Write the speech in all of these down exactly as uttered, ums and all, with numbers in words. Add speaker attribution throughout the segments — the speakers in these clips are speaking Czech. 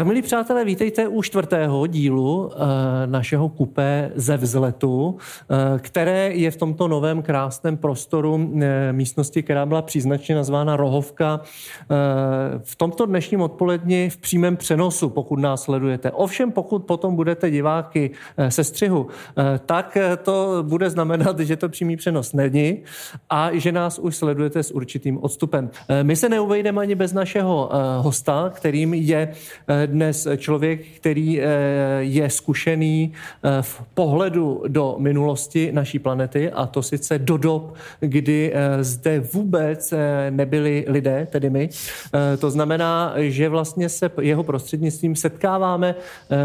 Speaker 1: Tak, milí přátelé, vítejte u čtvrtého dílu e, našeho kupé ze vzletu, e, které je v tomto novém krásném prostoru e, místnosti, která byla příznačně nazvána Rohovka. E, v tomto dnešním odpoledni v přímém přenosu, pokud nás sledujete. Ovšem, pokud potom budete diváky e, se střihu, e, tak to bude znamenat, že to přímý přenos není a že nás už sledujete s určitým odstupem. E, my se neuvejdeme ani bez našeho e, hosta, kterým je dnes člověk, který je zkušený v pohledu do minulosti naší planety, a to sice do dob, kdy zde vůbec nebyli lidé, tedy my. To znamená, že vlastně se jeho prostřednictvím setkáváme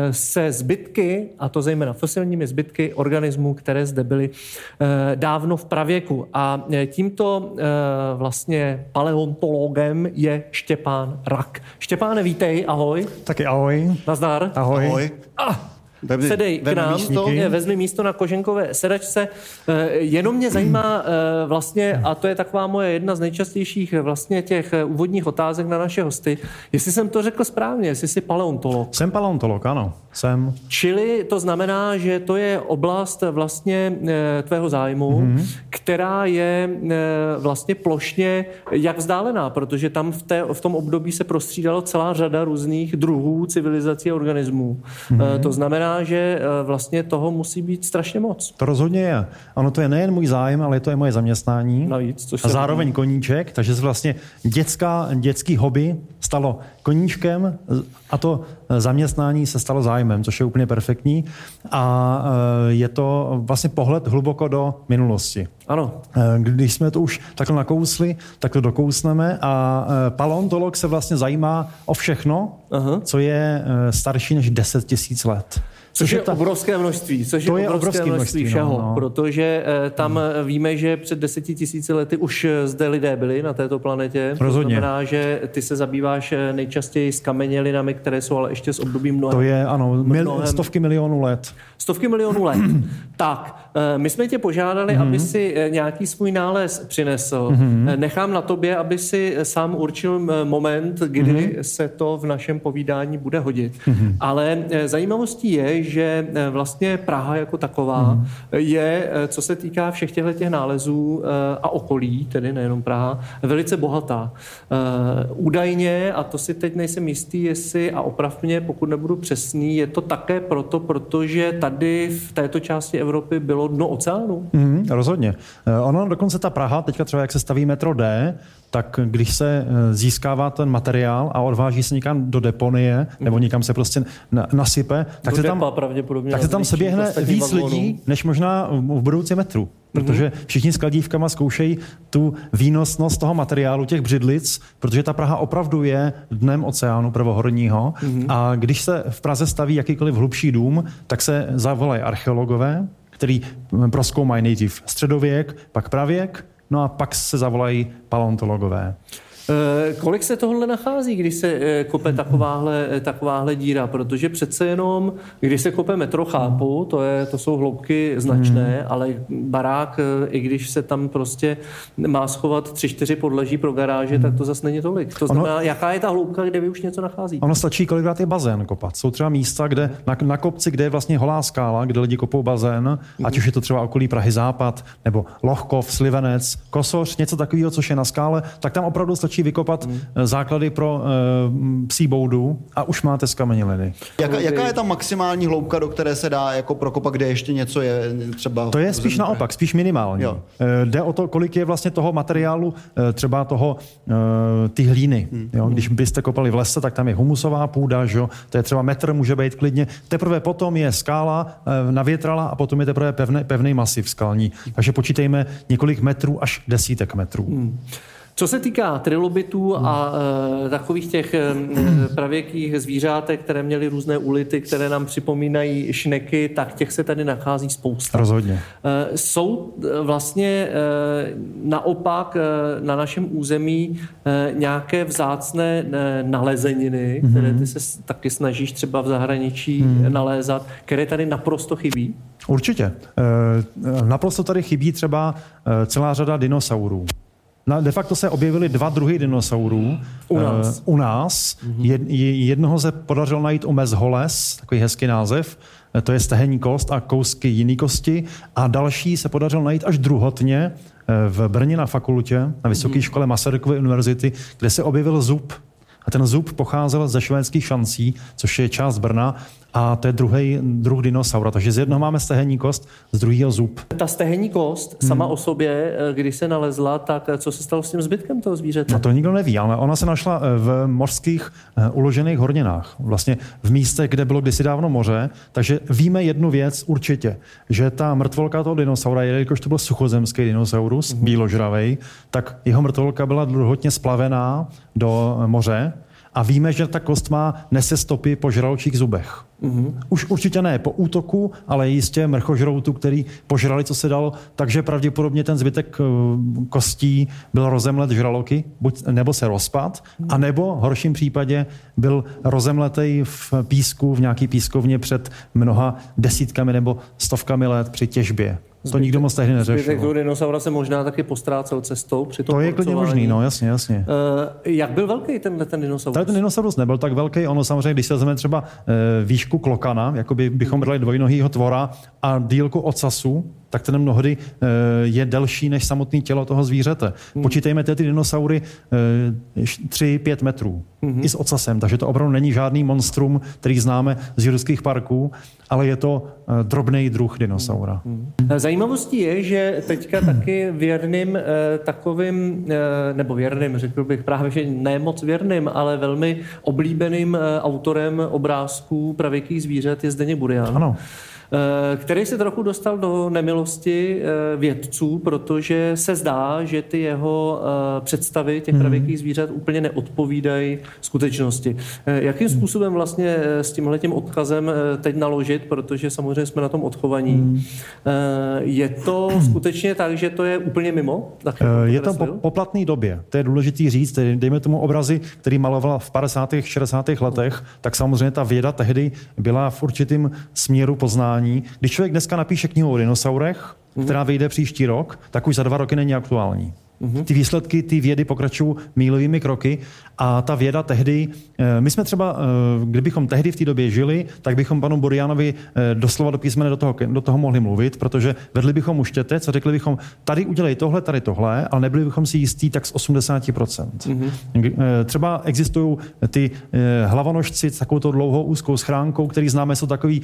Speaker 1: se zbytky, a to zejména fosilními zbytky organismů, které zde byly dávno v pravěku. A tímto vlastně paleontologem je Štěpán Rak. Štěpáne, vítej, ahoj.
Speaker 2: Taky ahoj.
Speaker 1: Nazdar.
Speaker 2: Ahoj.
Speaker 1: Ahoj. Ah, Vemli, sedej k nám, místo. Vezmi místo na koženkové sedačce. Jenom mě zajímá vlastně, a to je taková moje jedna z nejčastějších vlastně těch úvodních otázek na naše hosty, jestli jsem to řekl správně, jestli jsi paleontolog.
Speaker 2: Jsem paleontolog, ano, jsem.
Speaker 1: Čili to znamená, že to je oblast vlastně tvého zájmu, mm-hmm. která je vlastně plošně jak vzdálená, protože tam v, té, v tom období se prostřídalo celá řada různých druhů civilizací a organismů. Mm-hmm. To znamená, že vlastně toho musí být strašně moc.
Speaker 2: To rozhodně je. Ano, to je nejen můj zájem, ale to je moje zaměstnání.
Speaker 1: Navíc, což
Speaker 2: a zároveň koníček, takže se vlastně dětská, dětský hobby stalo koníčkem a to zaměstnání se stalo zájmem, což je úplně perfektní. A je to vlastně pohled hluboko do minulosti.
Speaker 1: Ano.
Speaker 2: Když jsme to už takhle nakousli, tak to dokousneme a paleontolog se vlastně zajímá o všechno, aha. co je starší než deset tisíc let.
Speaker 1: Což je ta... obrovské množství, což
Speaker 2: to
Speaker 1: je,
Speaker 2: je
Speaker 1: obrovské množství, množství všeho,
Speaker 2: no, no.
Speaker 1: protože eh, tam hmm. víme, že před deseti tisíci lety už zde lidé byli na této planetě.
Speaker 2: Rozhodně.
Speaker 1: To znamená, že ty se zabýváš nejčastěji s kamenělinami, které jsou ale ještě z období mnohem.
Speaker 2: To je, ano, mil,
Speaker 1: mnohem,
Speaker 2: stovky milionů let.
Speaker 1: Stovky milionů let. Tak, eh, my jsme tě požádali, hmm. aby si nějaký svůj nález přinesl. Hmm. Nechám na tobě, aby si sám určil moment, kdy hmm. se to v našem povídání bude hodit. Hmm. Ale eh, zajímavostí je, že vlastně Praha jako taková mm. je, co se týká všech těchto nálezů a okolí, tedy nejenom Praha, velice bohatá. Údajně, a to si teď nejsem jistý, jestli, a oprav mě, pokud nebudu přesný, je to také proto, protože tady v této části Evropy bylo dno oceánu.
Speaker 2: Mm, rozhodně. Ono dokonce ta Praha, teďka třeba jak se staví metro D, tak když se získává ten materiál a odváží se někam do deponie, nebo někam se prostě nasype, tak se tam, tak se tam se běhne víc vagónu. lidí, než možná v budoucí metru. Protože všichni s kladívkama zkoušejí tu výnosnost toho materiálu, těch břidlic, protože ta Praha opravdu je dnem oceánu prvohorního. Mm-hmm. A když se v Praze staví jakýkoliv hlubší dům, tak se zavolají archeologové, který prozkoumají nejdřív středověk, pak pravěk, no a pak se zavolají paleontologové.
Speaker 1: E, kolik se tohle nachází, když se e, kope takováhle, takováhle díra? Protože přece jenom, když se kope metro, chápu, to, je, to jsou hloubky značné, hmm. ale barák, e, i když se tam prostě má schovat tři, čtyři podleží pro garáže, hmm. tak to zase není tolik. To znamená, ono, jaká je ta hloubka, kde vy už něco nacházíte?
Speaker 2: Ono stačí kolikrát je bazén kopat. Jsou třeba místa, kde na, na kopci, kde je vlastně holá skála, kde lidi kopou bazén, hmm. ať už je to třeba okolí Prahy Západ, nebo Lohkov, Slivenec, Kosoř, něco takového, což je na skále, tak tam opravdu stačí vykopat hmm. základy pro uh, psí boudu a už máte zkameněliny.
Speaker 3: Jaká, jaká je ta maximální hloubka, do které se dá jako prokopat, kde ještě něco je třeba?
Speaker 2: To je spíš zem... naopak, spíš minimální. Jo. Uh, jde o to, kolik je vlastně toho materiálu, uh, třeba toho uh, ty hlíny. Hmm. Jo? Když byste kopali v lese, tak tam je humusová půda, že? To je třeba metr, může být klidně. Teprve potom je skála uh, navětrala a potom je teprve pevný, pevný masiv skalní. Takže počítejme několik metrů až desítek metrů. Hmm.
Speaker 1: Co se týká trilobitů a e, takových těch e, pravěkých zvířátek, které měly různé ulity, které nám připomínají šneky, tak těch se tady nachází spousta.
Speaker 2: Rozhodně.
Speaker 1: E, jsou vlastně e, naopak e, na našem území e, nějaké vzácné e, nalezeniny, mm-hmm. které ty se taky snažíš třeba v zahraničí mm. nalézat, které tady naprosto chybí?
Speaker 2: Určitě. E, naprosto tady chybí třeba celá řada dinosaurů. de facto se objevily dva druhy dinosaurů
Speaker 1: u nás.
Speaker 2: Uh, u nás. Mm-hmm. Je, jednoho se podařilo najít u Mezholes, takový hezký název, to je stehenní kost a kousky jiný kosti. A další se podařilo najít až druhotně v Brně na fakultě, na Vysoké škole Masarykovy univerzity, kde se objevil zub. A ten zub pocházel ze švédských Šancí, což je část Brna, a to je druhý druh dinosaura. Takže z jednoho máme stehenní kost, z druhého zub.
Speaker 1: Ta stehenní kost sama hmm. o sobě, když se nalezla, tak co se stalo s tím zbytkem toho zvířete?
Speaker 2: No to nikdo neví, ale ona se našla v mořských uložených horninách. Vlastně v místech, kde bylo kdysi dávno moře. Takže víme jednu věc určitě, že ta mrtvolka toho dinosaura, jelikož to byl suchozemský dinosaurus, hmm. bíložravej, tak jeho mrtvolka byla druhotně splavená do moře. A víme, že ta kost má nese stopy po žraločích zubech. Mm-hmm. Už určitě ne po útoku, ale jistě mrchožroutu, který požrali, co se dalo, takže pravděpodobně ten zbytek kostí byl rozemlet žraloky, buď, nebo se rozpad, mm-hmm. anebo v horším případě byl rozemletej v písku, v nějaký pískovně před mnoha desítkami nebo stovkami let při těžbě. To zbytek, nikdo moc tehdy neřešil.
Speaker 1: Zbytek toho dinosaura se možná taky postrácel cestou při tom
Speaker 2: To je klidně možný, no jasně, jasně.
Speaker 1: Uh, jak byl velký tenhle ten dinosaurus?
Speaker 2: Tady ten dinosaurus nebyl tak velký, ono samozřejmě, když se vezmeme třeba uh, výšku klokana, jako by bychom brali dvojnohýho tvora a dílku ocasu, tak ten mnohdy uh, je delší než samotné tělo toho zvířete. Hmm. Počítejme ty dinosaury uh, tři pět metrů. Hmm. I s ocasem, takže to opravdu není žádný monstrum, který známe z jurských parků, ale je to uh, drobný druh dinosaura.
Speaker 1: Hmm. Zajímavostí je, že teďka taky věrným uh, takovým, uh, nebo věrným, řekl bych právě, že ne moc věrným, ale velmi oblíbeným uh, autorem obrázků pravěkých zvířat je Zdeněk Burian.
Speaker 2: Ano.
Speaker 1: Který se trochu dostal do nemilosti vědců, protože se zdá, že ty jeho představy těch pravěkých zvířat úplně neodpovídají skutečnosti. Jakým způsobem vlastně s tímhletím odkazem teď naložit, protože samozřejmě jsme na tom odchovaní. Je to skutečně tak, že to je úplně mimo?
Speaker 2: Je to po poplatné době. To je důležitý říct. Dejme tomu obrazy, který malovala v padesátých šedesátých letech, tak samozřejmě ta věda tehdy byla v určitým směru poznání. Když člověk dneska napíše knihu o dinosaurech, mm-hmm. která vyjde příští rok, tak už za dva roky není aktuální. Mm-hmm. Ty výsledky, ty vědy pokračují mílovými kroky a ta věda tehdy, my jsme třeba, kdybychom tehdy v té době žili, tak bychom panu Burianovi doslova do písmene do toho, do toho mohli mluvit, protože vedli bychom už štětec a řekli bychom, tady udělej tohle, tady tohle, ale nebyli bychom si jistí tak z osmdesát procent. Mm-hmm. Třeba existují ty hlavonožci s takovou dlouhou úzkou schránkou, který známe, jsou takový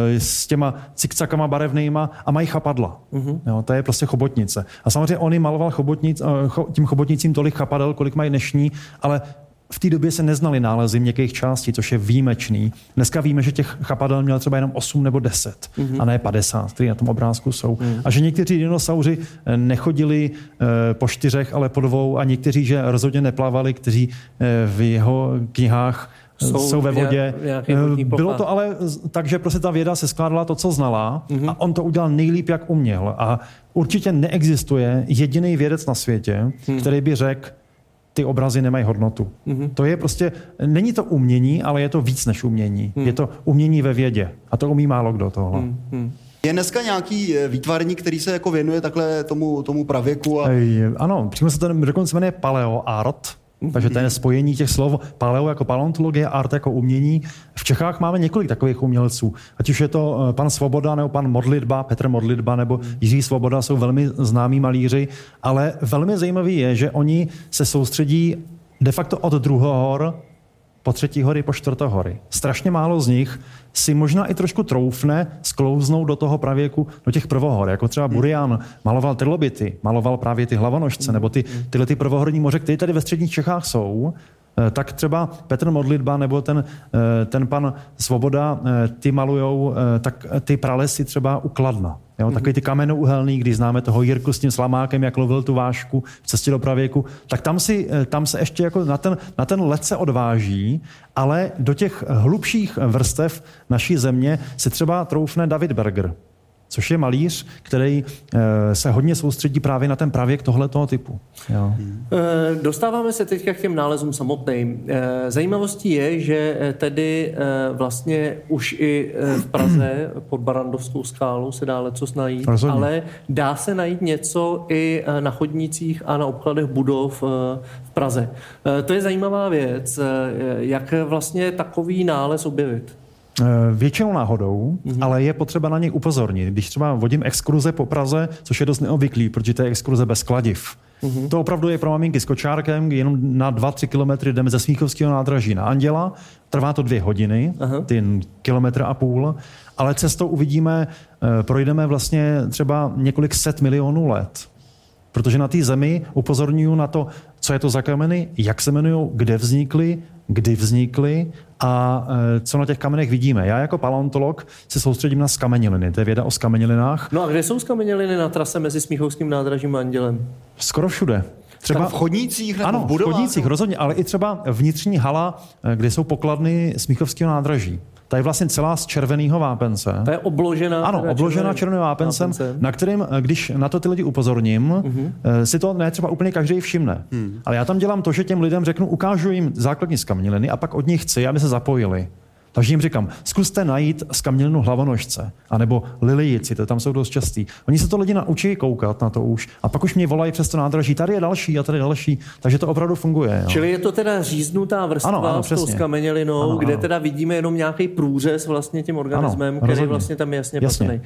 Speaker 2: s těma cikcakama barevnýma a mají chapadla. Mm-hmm. Jo, to je prostě chobotnice. A samozřejmě on jim maloval chobotnic, tím chobotnicím tolik chapadel, kolik mají dnešní, ale v té době se neznaly nálezy měkkých částí, což je výjimečný. Dneska víme, že těch chapadel měl třeba jenom osm nebo deset, mm-hmm. a ne padesát, které na tom obrázku jsou. Mm. A že někteří dinosauři nechodili e, po čtyřech, ale po dvou, a někteří, že rozhodně neplavali, kteří e, v jeho knihách Jsou, jsou ve vodě. Bylo to ale tak, že prostě ta věda se skládala to, co znala, mm-hmm. a on to udělal nejlíp, jak uměl. A určitě neexistuje jediný vědec na světě, mm. který by řekl, ty obrazy nemají hodnotu. Mm-hmm. To je prostě, není to umění, ale je to víc než umění. Mm. Je to umění ve vědě. A to umí málo kdo tohle. Mm.
Speaker 3: Je dneska nějaký výtvarník, který se jako věnuje takhle tomu, tomu pravěku? A...
Speaker 2: Ano, přímo se to dokonce jmenuje paleoart. Takže to je spojení těch slov paleo jako paleontologie, art jako umění. V Čechách máme několik takových umělců. Ať už je to pan Svoboda, nebo pan Modlitba, Petr Modlitba, nebo Jiří Svoboda, jsou velmi známí malíři, ale velmi zajímavý je, že oni se soustředí de facto od druhohor po třetí hory, po čtvrtohory. Strašně málo z nich si možná i trošku troufne sklouznout do toho pravěku, do těch prvohor. Jako třeba Burian maloval trilobity, maloval právě ty hlavonožce, nebo ty, tyhle ty prvohorní moře, které tady ve středních Čechách jsou, tak třeba Petr Modlitba nebo ten, ten pan Svoboda, ty malujou tak ty pralesy třeba u Kladna. Jo, mm-hmm. Takový ty kamenouhelný, když známe toho Jirku s tím slamákem, jak lovil tu vášku v cestě do pravěku, tak tam, si, tam se ještě jako na ten, na ten let se odváží, ale do těch hlubších vrstev naší země se třeba troufne David Berger. což je malíř, který se hodně soustředí právě na ten pravěk tohletoho typu. Jo.
Speaker 1: Dostáváme se teďka k těm nálezům samotným. Zajímavostí je, že tedy vlastně už i v Praze pod Barrandovskou skálu se dá lecos najít,
Speaker 2: Rozhodně.
Speaker 1: Ale dá se najít něco i na chodnících a na obkladech budov v Praze. To je zajímavá věc. Jak vlastně takový nález objevit?
Speaker 2: Většinou náhodou, mm-hmm. ale je potřeba na něj upozornit. Když třeba vodím exkurze po Praze, což je dost neobvyklý, protože to je exkurze bez kladiv. Mm-hmm. To opravdu je pro maminky s kočárkem, kdy jenom na dva tři kilometry jdeme ze Smíchovského nádraží na Anděla. Trvá to dvě hodiny, Aha. ty kilometr a půl, ale cestou uvidíme, projdeme vlastně třeba několik set milionů let. Protože na té zemi upozorňuji na to, co je to za kameny, jak se jmenují, kde vznikly, kdy vznikly a co na těch kamenech vidíme. Já jako paleontolog se soustředím na skameněliny. To je věda o skamenělinách.
Speaker 1: No a kde jsou skameněliny na trase mezi Smíchovským nádražím a Andělem?
Speaker 2: Skoro všude.
Speaker 3: Třeba v chodnících nebo
Speaker 2: ano,
Speaker 3: v budovách?
Speaker 2: v chodnících rozhodně, ale i třeba vnitřní hala, kde jsou pokladny Smíchovského nádraží. Ta je vlastně celá z červeného vápence.
Speaker 1: Ta je obložená.
Speaker 2: Ano, obložená červeným vápencem, vápencem, na kterým, když na to ty lidi upozorním, uh-huh. si to ne třeba úplně každý všimne. Hmm. Ale já tam dělám to, že těm lidem řeknu, ukážu jim základní skameněliny a pak od nich chci, aby se zapojili. Takže jim říkám, zkuste najít skamenělinu hlavonožce, anebo lilijici, to tam jsou dost častý. Oni se to lidi naučí koukat na to už a pak už mě volají přes to nádraží, tady je další a tady je další, takže to opravdu funguje. Jo.
Speaker 1: Čili je to teda říznutá vrstva ano, ano, s tou skamenělinou, ano, kde ano. teda vidíme jenom nějaký průřez vlastně tím organismem, ano, který rozhodně. Vlastně tam je jasně, jasně. patrný.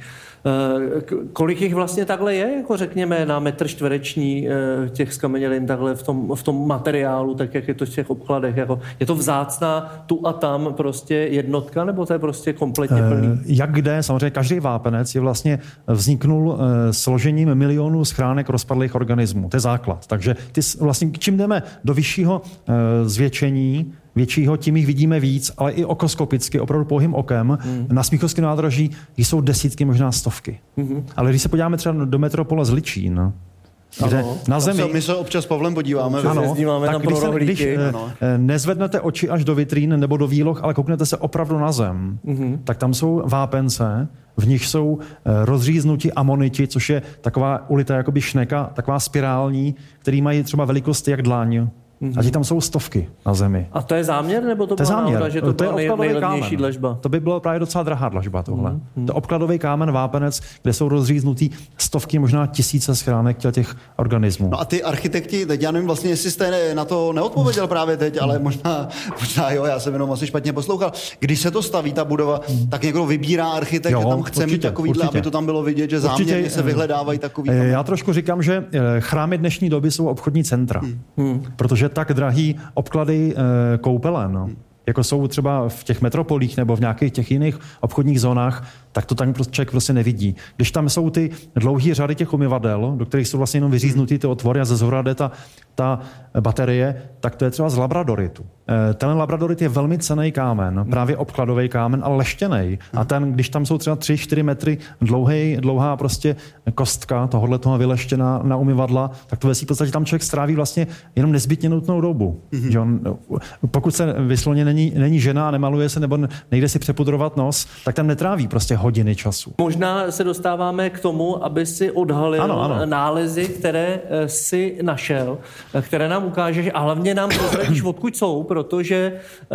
Speaker 1: Kolik jich vlastně takhle je, jako řekněme, na metr čtvereční těch skamenělin takhle v tom, v tom materiálu, tak jak je to v těch obkladech? Jako, je to vzácná tu a tam prostě jednotka, nebo to je prostě kompletně plný?
Speaker 2: Jak kde? Samozřejmě každý vápenec je vlastně vzniknul složením milionů schránek rozpadlých organismů. To je základ. Takže ty vlastně, čím jdeme do vyššího zvětšení, většího, tím jich vidíme víc, ale i okoskopicky, opravdu pouhým okem. Mm. Na Smíchovském nádraží jsou desítky, možná stovky. Mm-hmm. Ale když se podíváme třeba do metropole z Ličín, kde ano. na zemi...
Speaker 3: My se občas s Pavlem podíváme.
Speaker 2: Ano, tak když, se, když nezvednete oči až do vitrín nebo do výloh, ale kouknete se opravdu na zem, mm-hmm. tak tam jsou vápence, v nich jsou rozříznuti amoniti, což je taková ulitá jakoby šneka, taková spirální, který mají třeba velikost jak dlaň. Mm-hmm. A ti tam jsou stovky na zemi.
Speaker 1: A to je záměr, nebo to,
Speaker 2: to byla náhoda,
Speaker 1: že to, to byla nej, nejlevnější dlažba?
Speaker 2: To by bylo právě docela drahá dlažba tohle. Mm-hmm. To obkladový kámen, vápenec, kde jsou rozříznutý stovky, možná tisíce schránek těch organismů.
Speaker 3: No a ty architekti, teď já nevím vlastně, jestli jste na to neodpověděl právě teď, ale možná, možná jo, já jsem jenom asi špatně poslouchal. Když se to staví, ta budova, mm. tak někdo vybírá architekt, jo, tam chce určitě, mít takovýhle, určitě. Aby to tam bylo vidět, že záměrně se vyhledávají takový.
Speaker 2: Já trošku říkám, že chrámy dnešní doby jsou obchodní centra. Mm. Protože tak drahý obklady e, koupele, no. Jako jsou třeba v těch metropolích nebo v nějakých těch jiných obchodních zónách, tak to tam prostě člověk prostě nevidí. Když tam jsou ty dlouhé řady těch umyvadel, do kterých jsou vlastně jenom vyříznutý ty otvory a ze zhora jde ta, ta baterie, tak to je třeba z labradoritu. E, ten labradorit je velmi cenný kámen, právě obkladový kámen, ale leštěnej. A ten, když tam jsou třeba tři čtyři metry dlouhý, dlouhá prostě kostka tohohle toho vyleštěná na umyvadla, tak to ve v podstatě tam člověk stráví vlastně jenom nezbytně nutnou dobu. Mm-hmm. Že on, pokud se vysloně není, není žena, nemaluje se nebo nejde si přepudrovat nos, tak tam netráví prostě hodiny času.
Speaker 1: Možná se dostáváme k tomu, aby si odhalil ano, ano. nálezy, které si našel, které nám ukáže, a hlavně nám prozradíš, odkud jsou, protože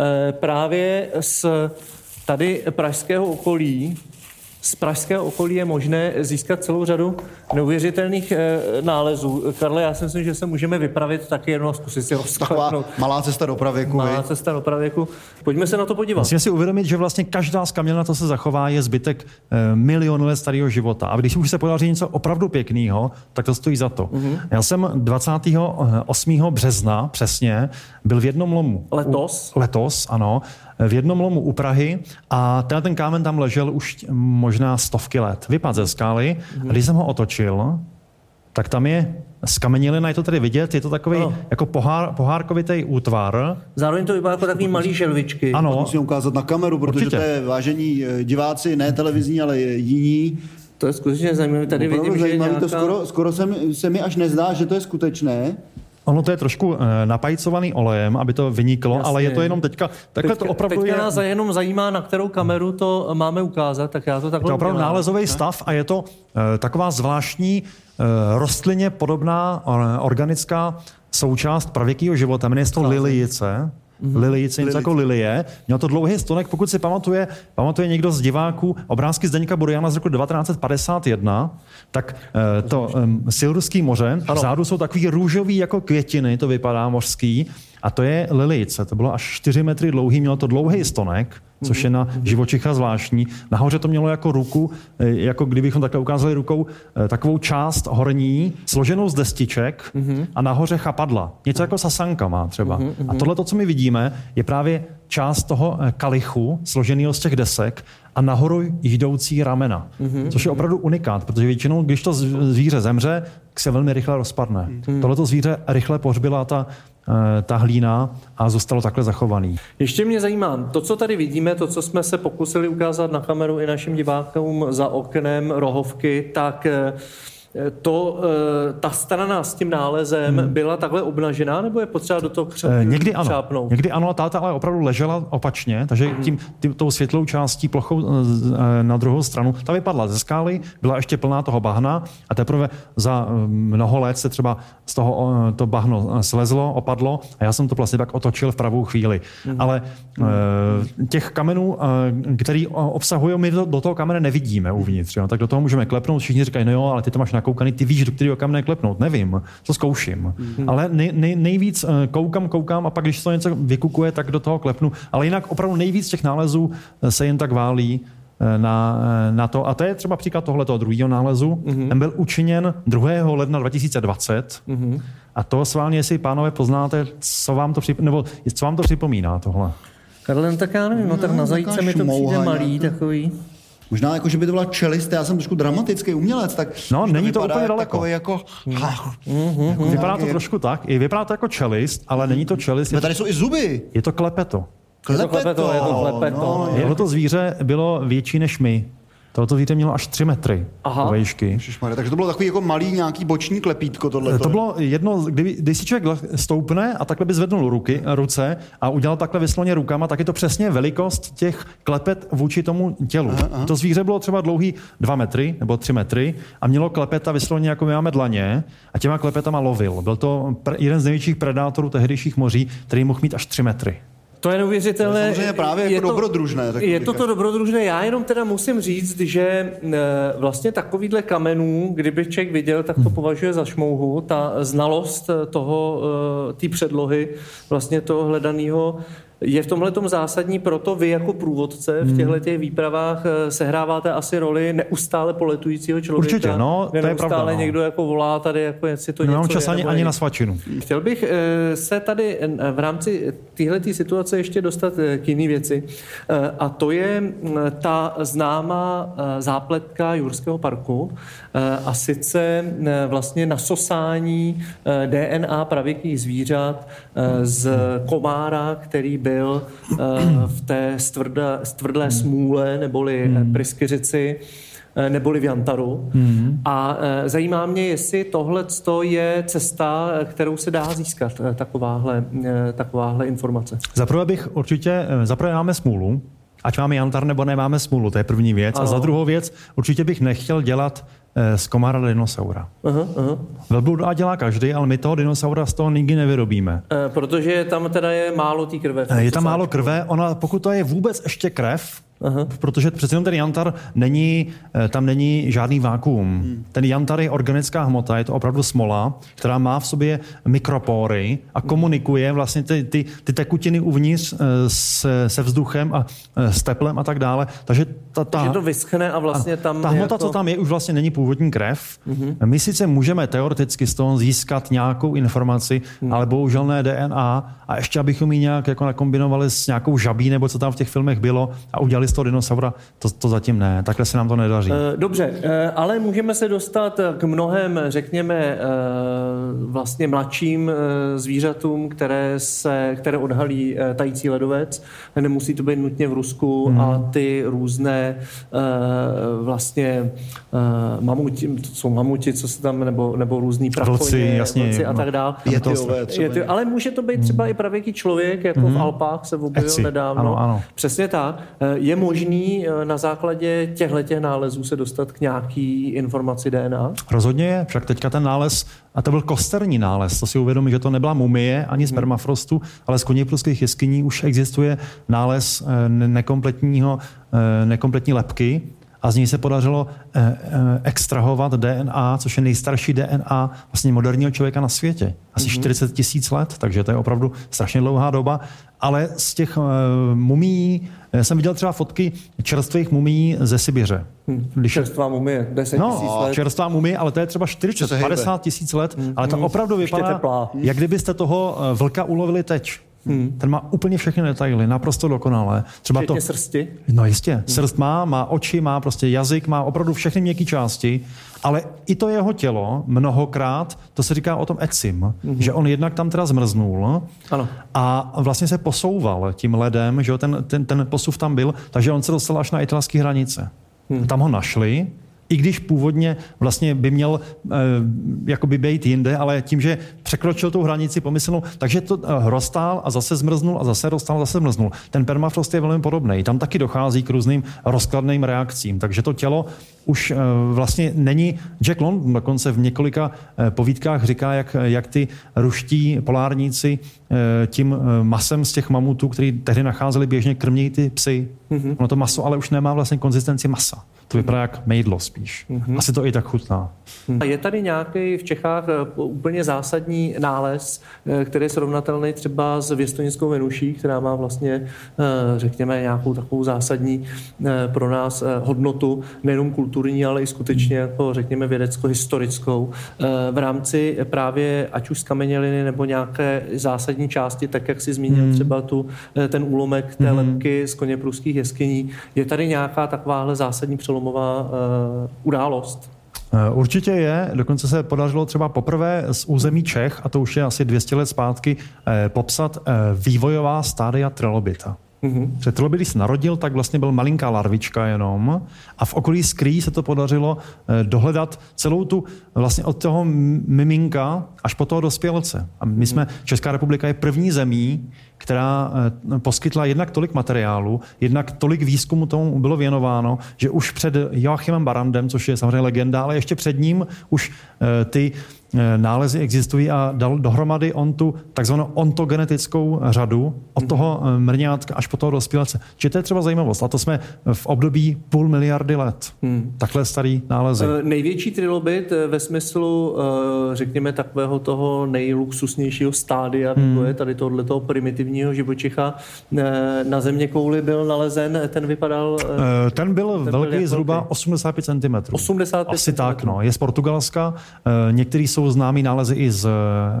Speaker 1: právě z tady pražského okolí Z pražského okolí je možné získat celou řadu neuvěřitelných e, nálezů. Karle, já si myslím, že se můžeme vypravit taky jenom a zkusit si rozklepnout.
Speaker 3: Malá cesta do pravěku.
Speaker 1: Malá
Speaker 3: vy?
Speaker 1: cesta do pravěku. Pojďme se na to podívat.
Speaker 2: Musíme si uvědomit, že vlastně každá skamenělina, co se zachová, je zbytek e, milionů let starého života. A když už se podaří něco opravdu pěkného, tak to stojí za to. Mm-hmm. Já jsem dvacátého osmého března přesně byl v jednom lomu.
Speaker 1: Letos?
Speaker 2: U, letos, ano. V jednom lomu u Prahy a ten, ten kámen tam ležel už možná stovky let. Vypadl ze skály a když jsem ho otočil, tak tam je skamenělina, je to tady vidět, je to takový no. jako pohár, pohárkovitý útvar.
Speaker 1: Zároveň to vypadá jako takový malý želvičky.
Speaker 2: Ano.
Speaker 3: To musím ukázat na kameru, protože určitě. To je vážení diváci, ne televizní, ale jiní.
Speaker 1: To je skutečně zajímavé. Tady
Speaker 3: Opravdu
Speaker 1: vidím,
Speaker 3: zajímavý,
Speaker 1: že nějaká...
Speaker 3: to skoro, skoro se, mi, se mi až nezdá, že to je skutečné.
Speaker 2: Ono to je trošku napajcovaný olejem, aby to vyniklo, jasně, ale je to jenom teďka... Takhle
Speaker 1: teďka,
Speaker 2: to opravdu
Speaker 1: teďka
Speaker 2: je...
Speaker 1: nás jenom zajímá, na kterou kameru to máme ukázat, tak já to takhle...
Speaker 2: Je to opravdu nálezový stav a je to uh, taková zvláštní uh, rostlině podobná uh, organická součást pravěkého života. Jmenuje se to lilijice. Mm-hmm. Lilijice, něco jako lilie. Měl to dlouhý stonek, pokud si pamatuje, pamatuje někdo z diváků obrázky Zdeňka Buriana z roku devatenáct set padesát jedna, tak uh, to um, Silurský moře, vzadu jsou takový růžový jako květiny, to vypadá mořský, a to je lilijice. To bylo až čtyři metry dlouhý, mělo to dlouhý stonek, což je na živočicha zvláštní. Nahoře to mělo jako ruku, jako kdybychom takhle ukázali rukou, takovou část horní, složenou z destiček mm-hmm. a nahoře chapadla. Něco jako sasanka má třeba. Mm-hmm. A tohle, co my vidíme, je právě část toho kalichu, složeného z těch desek, a nahoru jdoucí ramena. Mm-hmm. Což je opravdu unikát, protože většinou, když to zvíře zemře, se velmi rychle rozpadne. Mm-hmm. Tohleto zvíře rychle pohřbila ta ta hlína a zůstalo takhle zachovaný.
Speaker 1: Ještě mě zajímá, to, co tady vidíme, to, co jsme se pokusili ukázat na kameru i našim divákům za oknem rohovky, tak to, ta strana s tím nálezem hmm. byla takhle obnažená, nebo je potřeba do toho křep,
Speaker 2: Někdy ano.
Speaker 1: křápnout?
Speaker 2: Někdy ano, táta ale opravdu ležela opačně, takže hmm. tím, tím, tou světlou částí plochou na druhou stranu, ta vypadla ze skály, byla ještě plná toho bahna a teprve za mnoho let se třeba z toho to bahno slezlo, opadlo a já jsem to vlastně tak otočil v pravou chvíli. Hmm. Ale hmm. těch kamenů, který obsahují, my do, do toho kamene nevidíme uvnitř, jo? Tak do toho můžeme klepnout, všichni říkají, no jo, ale ty to máš nakoukaný, ty víš, do kterého kamene klepnout. Nevím, to zkouším. Hmm. Ale nej, nej, nejvíc koukám, koukám a pak, když to něco vykukuje, tak do toho klepnu. Ale jinak opravdu nejvíc těch nálezů se jen tak válí na, na to. A to je třeba příklad tohletoho druhého nálezu. Hmm. Ten byl učiněn druhého ledna dva tisíce dvacet. Hmm. A to sválně, jestli pánové poznáte, co vám to, přip... nebo, co vám to připomíná tohle.
Speaker 1: Karlen, tak já nevím, no, tak na zajíce mi to přijde malý takový.
Speaker 3: Možná jako, že by to byla čelist, já jsem trošku dramatický umělec, tak
Speaker 2: no, není to úplně daleko.
Speaker 3: Jako,
Speaker 2: mm-hmm. jako vypadá to trošku tak, i vypadá to jako čelist, ale není to čelist.
Speaker 3: No, tady jsou i zuby.
Speaker 2: Je to klepeto.
Speaker 1: Klepeto, je to klepeto. Je to klepeto. No,
Speaker 2: je. Tohleto zvíře bylo větší než my. Tohleto zvíře mělo až tři metry vejšky.
Speaker 3: Takže to bylo takový jako malý nějaký boční klepítko tohleto.
Speaker 2: To bylo jedno, kdy, když si člověk stoupne a takhle by zvednul ruky, ruce a udělal takhle vysloně rukama, tak je to přesně velikost těch klepet vůči tomu tělu. Aha, aha. To zvíře bylo třeba dlouhý dva metry nebo tři metry a mělo klepeta vysloně jako my máme dlaně a těma klepetama lovil. Byl to jeden z největších predátorů tehdejších moří, který mohl mít až tři metry.
Speaker 1: To je neuvěřitelné.
Speaker 3: To je právě jako je to, dobrodružné. Tak
Speaker 1: je to to dobrodružné. Já jenom teda musím říct, že vlastně takovýhle kamenů, kdyby člověk viděl, tak to považuje za šmouhu. Ta znalost toho, té předlohy, vlastně toho hledaného, je v tomhletom zásadní, proto vy jako průvodce v těchto těch výpravách sehráváte asi roli neustále poletujícího člověka.
Speaker 2: Určitě, no, to je pravda.
Speaker 1: No. Někdo jako volá tady, jako jestli to
Speaker 2: no,
Speaker 1: něco
Speaker 2: nemám čas
Speaker 1: je,
Speaker 2: ani, ani na svačinu.
Speaker 1: Chtěl bych se tady v rámci téhleté situace ještě dostat k jiné věci. A to je ta známá zápletka Jurského parku, a sice vlastně nasosání D N A pravěkých zvířat z komára, který byl v té stvrdlé, stvrdlé smůle, neboli hmm. pryskyřici, neboli v jantaru. Hmm. A zajímá mě, jestli tohleto je cesta, kterou se dá získat takováhle, takováhle informace.
Speaker 2: Zaprvé bych určitě, zaprvé máme smůlu, ať máme jantar nebo nemáme smůlu, to je první věc. Ano. A za druhou věc, určitě bych nechtěl dělat z komára dinosaura. Aha, aha. Velblouda a dělá každý, ale my toho dinosaura z toho nikdy nevyrobíme.
Speaker 1: E, protože tam teda je málo té krve.
Speaker 2: Je tam málo krve, ona, pokud to je vůbec ještě krev, aha. protože přece jenom ten jantar není, tam není žádný vákuum. Hmm. Ten jantar je organická hmota, je to opravdu smola, která má v sobě mikropory a komunikuje vlastně ty, ty, ty tekutiny uvnitř se, se vzduchem a s teplem a tak dále. Takže ta, ta,
Speaker 1: Takže to vyschne a vlastně tam...
Speaker 2: Ta hmota, jako... co tam je, už vlastně není původní krev. Mm-hmm. My sice můžeme teoreticky z toho získat nějakou informaci, mm. ale bohužel ne D N A a ještě abychom ji nějak jako nakombinovali s nějakou žabí nebo co tam v těch filmech bylo a udělali z toho dinosaura, to, to zatím ne. Takhle se nám to nedaří.
Speaker 1: Dobře, ale můžeme se dostat k mnohem, řekněme, vlastně mladším zvířatům, které, se, které odhalí tající ledovec. Nemusí to být nutně v Rusku hmm. a ty různé vlastně mamuti, jsou mamuti, co se tam, nebo, nebo různý prakoně, vlci a tak dále. Ale může to být třeba hmm. i pravěký člověk, jako hmm. v Alpách se objevil Eci. nedávno.
Speaker 2: Ano, ano.
Speaker 1: Přesně tak. Je možný na základě těchto nálezů se dostat k nějaký informaci D N A?
Speaker 2: Rozhodně je. Však teďka ten nález, a to byl kosterní nález, to si uvědomí, že to nebyla mumie ani z permafrostu, ale z koněpruských jeskyní už existuje nález nekompletního, nekompletní lebky a z ní se podařilo extrahovat D N A, což je nejstarší D N A vlastně moderního člověka na světě. Asi mm-hmm. čtyřicet tisíc let, takže to je opravdu strašně dlouhá doba. Ale z těch uh, mumií, jsem viděl třeba fotky čerstvých mumií ze Sibiře.
Speaker 1: Hmm. Když... Čerstvá mumie, deset tisíc
Speaker 2: no,
Speaker 1: let.
Speaker 2: Čerstvá mumie, ale to je třeba čtyřicet padesát tisíc let, hmm. ale to hmm. opravdu vypadá, jak kdybyste toho vlka ulovili teď. Hmm. Ten má úplně všechny detaily, naprosto dokonalé.
Speaker 1: Třeba Včetně to... srsti?
Speaker 2: No jistě. Hmm. Srst má, má oči, má prostě jazyk, má opravdu všechny měkké části, ale i to jeho tělo mnohokrát, to se říká o tom ecim, hmm. že on jednak tam teda zmrznul
Speaker 1: ano.
Speaker 2: a vlastně se posouval tím ledem, že ten, ten, ten posuv tam byl, takže on se dostal až na italské hranice. Hmm. Tam ho našli, i když původně vlastně by měl e, jakoby být jinde, ale tím, že překročil tu hranici pomyslnou, takže to e, roztál a zase zmrznul a zase roztál a zase zmrznul. Ten permafrost je velmi podobný. Tam taky dochází k různým rozkladným reakcím. Takže to tělo už e, vlastně není... Jack London dokonce v několika e, povídkách říká, jak, jak ty ruští polárníci e, tím e, masem z těch mamutů, který tehdy nacházeli běžně, krmí ty psy. Mm-hmm. Ono to maso ale už nemá vlastně konzistenci masa. To vypadá jak mejdlo spíš. Mm-hmm. Asi to i tak chutná.
Speaker 1: A je tady nějaký v Čechách úplně zásadní nález, který je srovnatelný třeba s Věstonickou Venuší, která má vlastně, řekněme, nějakou takovou zásadní pro nás hodnotu, nejenom kulturní, ale i skutečně jako, řekněme, vědecko-historickou. V rámci právě ať už skameněliny nebo nějaké zásadní části, tak jak si zmínil mm. třeba tu, ten úlomek té mm. lebky z koněpruských jeskyní. Je tady nějaká takováhle zásadní přelomová uh, událost?
Speaker 2: Určitě je. Dokonce se podařilo třeba poprvé z území Čech, a to už je asi dvě stě let zpátky, eh, popsat eh, vývojová stádia trilobita. Mm-hmm. Protože trilobit, když se narodil, tak vlastně byl malinká larvička jenom a v okolí skrý se to podařilo eh, dohledat celou tu vlastně od toho miminka až po toho dospělce. A my jsme, Česká republika je první zemí, která eh, poskytla jednak tolik materiálu, jednak tolik výzkumu tomu bylo věnováno, že už před Joachimem Barrandem, což je samozřejmě legenda, ale ještě před ním už eh, ty nálezy existují a dal dohromady on tu takzvanou ontogenetickou řadu od toho mrňátka až po toho dospělce. Čiže to je třeba zajímavost. A to jsme v období půl miliardy let. Hmm. Takhle starý nálezy.
Speaker 1: Největší trilobit ve smyslu, řekněme, takového toho nejluxusnějšího stádia, hmm. jako je tady tohoto primitivního živočicha, na země kouli byl nalezen, ten vypadal...
Speaker 2: Ten byl ten velký byl zhruba velký. osmdesát pět centimetrů.
Speaker 1: osmdesát pět
Speaker 2: Asi centimetrů. Tak, no. Je z Portugalska. Některý jsou známý nálezy i z,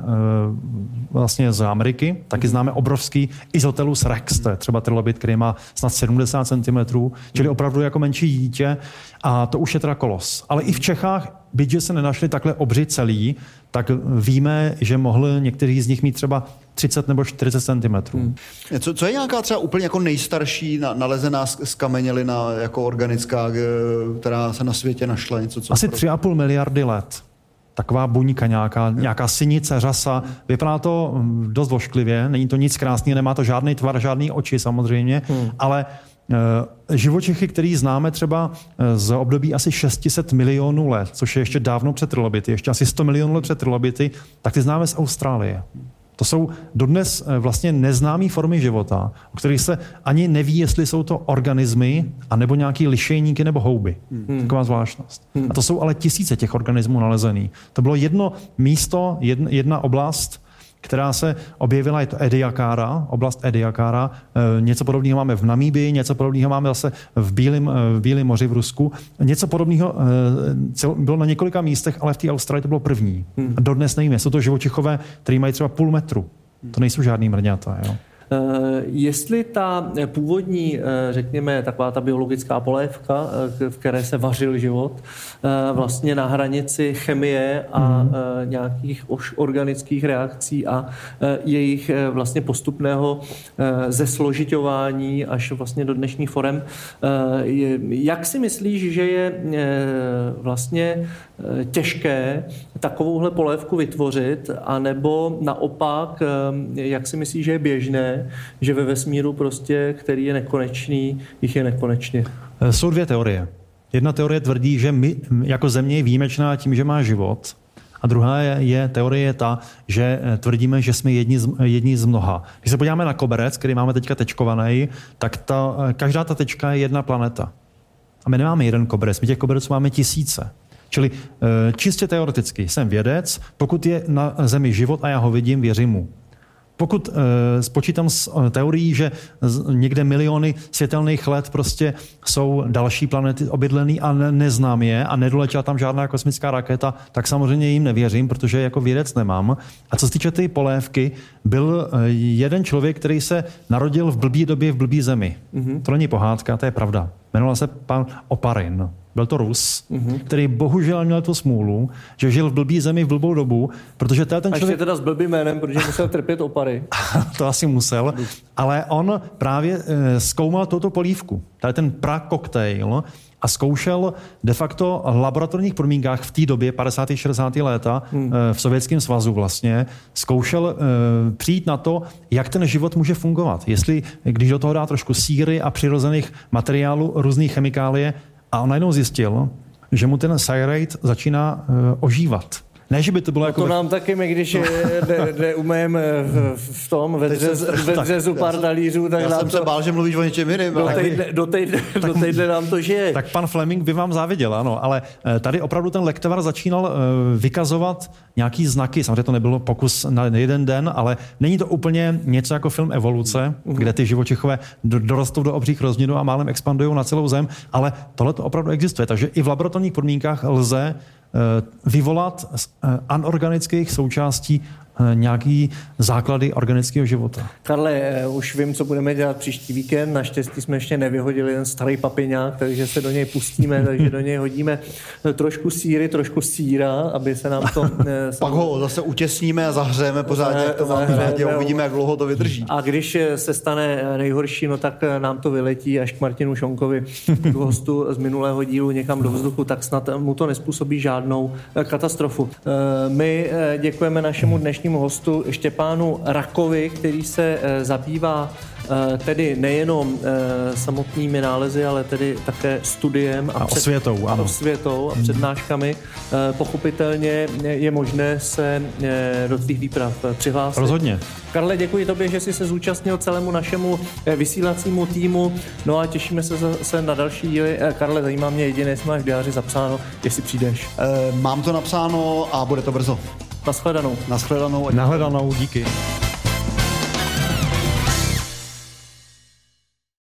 Speaker 2: vlastně z Ameriky. Taky známe obrovský Isotelus rex, to je třeba trilobit, který má snad sedmdesát centimetrů, čili opravdu jako menší dítě. A to už je teda kolos. Ale i v Čechách, byť že se nenašli takhle obři celý, tak víme, že mohl některý z nich mít třeba třicet nebo čtyřicet centimetrů. Hmm.
Speaker 3: Co, co je nějaká třeba úplně jako nejstarší nalezená skamenělina jako organická, která se na světě našla? Něco, co
Speaker 2: Asi tři a půl miliardy let. Taková buňka, nějaká, nějaká synice, řasa. Vypadá to dost vošklivě, není to nic krásného, nemá to žádný tvar, žádný oči samozřejmě, hmm. ale e, živočichy, který známe třeba z období asi šest set milionů let, což je ještě dávno před trilobity, ještě asi sto milionů let před trilobity, tak ty známe z Austrálie. To jsou dodnes vlastně neznámé formy života, o kterých se ani neví, jestli jsou to organismy, anebo nějaký lišejníky nebo houby. Hmm. Taková zvláštnost. Hmm. A to jsou ale tisíce těch organismů nalezených. To bylo jedno místo, jedna, jedna oblast, která se objevila, je to Ediacara, oblast Ediacara. E, něco podobného máme v Namíbii, něco podobného máme zase v Bílém, v Bílém moři v Rusku. Něco podobného e, cel, bylo na několika místech, ale v té Austrálii to bylo první. Hmm. A dodnes nevíme, jsou to živočichové, které mají třeba půl metru. To nejsou žádný mrňata. Jo.
Speaker 1: Jestli ta původní, řekněme, taková ta biologická polévka, v které se vařil život, vlastně na hranici chemie a mm. nějakých organických reakcí a jejich vlastně postupného zesložiťování až vlastně do dnešních forem. Jak si myslíš, že je vlastně těžké takovouhle polévku vytvořit, anebo naopak, jak si myslíš, že je běžné, že ve vesmíru prostě, který je nekonečný, jich je nekonečně?
Speaker 2: Jsou dvě teorie. Jedna teorie tvrdí, že my jako Země je výjimečná tím, že má život. A druhá je, je teorie ta, že tvrdíme, že jsme jedni z, jedni z mnoha. Když se podíváme na koberec, který máme teďka tečkovaný, tak ta, každá ta tečka je jedna planeta. A my nemáme jeden koberec, my těch koberců máme tisíce. Čili čistě teoreticky jsem vědec, pokud je na Zemi život a já ho vidím, věřím mu. Pokud uh, spočítám s uh, teorií, že z, někde miliony světelných let prostě jsou další planety obydlený a ne, neznám je a nedoletěla tam žádná kosmická raketa, tak samozřejmě jim nevěřím, protože jako vědec nemám. A co se týče té polévky, byl uh, jeden člověk, který se narodil v blbý době v blbý zemi. Mm-hmm. To není pohádka, to je pravda. Jmenoval se pan Oparin. Byl to Rus, mm-hmm. který bohužel měl tu smůlu, že žil v blbý zemi v blbou dobu, protože ten člověk...
Speaker 1: A ještě teda s blbým jménem, protože musel trpět opary.
Speaker 2: To asi musel, ale on právě e, zkoumal touto polívku, tady ten prakoktejl, a zkoušel de facto v laboratorních podmínkách v té době, padesátá šedesátá léta, hmm. v Sovětském svazu vlastně, zkoušel e, přijít na to, jak ten život může fungovat. Jestli, když do toho dá trošku síry a přirozených materiálů, různých chemikálie, a on najednou zjistil, že mu ten syrate začíná uh, ožívat. Ne, že by to bylo
Speaker 1: no
Speaker 2: jako...
Speaker 1: To nám taky, my když neumejeme v, v tom, ve, dřez, ve dřezu pár talířů, tak
Speaker 3: já
Speaker 1: nám
Speaker 3: jsem
Speaker 1: to...
Speaker 3: se bál, že mluvíš o něčem jiným.
Speaker 1: Do týdne, do týdne, do týdne nám to žije.
Speaker 2: Tak pan Fleming by vám záviděl, ano, ale tady opravdu ten lektevar začínal vykazovat nějaký znaky. Samozřejmě to nebylo pokus na jeden den, ale není to úplně něco jako film Evoluce, mm. kde ty živočichové dorostou do obřích rozměrů a málem expandují na celou Zem, ale tohle to opravdu existuje. Takže i v laboratorních podmínkách lze vyvolat z anorganických součástí nějaký základy organického života.
Speaker 1: Karle, už vím, co budeme dělat příští víkend. Naštěstí jsme ještě nevyhodili ten starý papiňák, takže se do něj pustíme, takže do něj hodíme trošku síry, trošku síra, aby se nám to...
Speaker 3: Pak ho zase utěsníme a zahřejeme pořádně, jak to máme rádi a uvidíme, jak dlouho to vydrží.
Speaker 1: A když se stane nejhorší, no tak nám to vyletí až k Martinu Šonkovi, k hostu z minulého dílu někam do vzduchu, tak snad mu to nespůsobí žádnou katastrofu. My děkujeme našemu dnešnímu hostu Štěpánu Rakovi, který se zabývá tedy nejenom samotnými nálezy, ale tedy také studiem a,
Speaker 2: a
Speaker 1: před,
Speaker 2: osvětou,
Speaker 1: a, osvětou a přednáškami. Pochopitelně je možné se do tvých výprav přihlásit.
Speaker 2: Rozhodně.
Speaker 1: Karle, děkuji tobě, že jsi se zúčastnil celému našemu vysílacímu týmu. No a těšíme se zase na další díly. Karle, zajímá mě jediné, jestli máš v diáři zapsáno, jestli přijdeš.
Speaker 3: E, mám to napsáno a bude to brzo.
Speaker 1: Nashledanou.
Speaker 3: Nashledanou.
Speaker 2: Nahledanou, díky.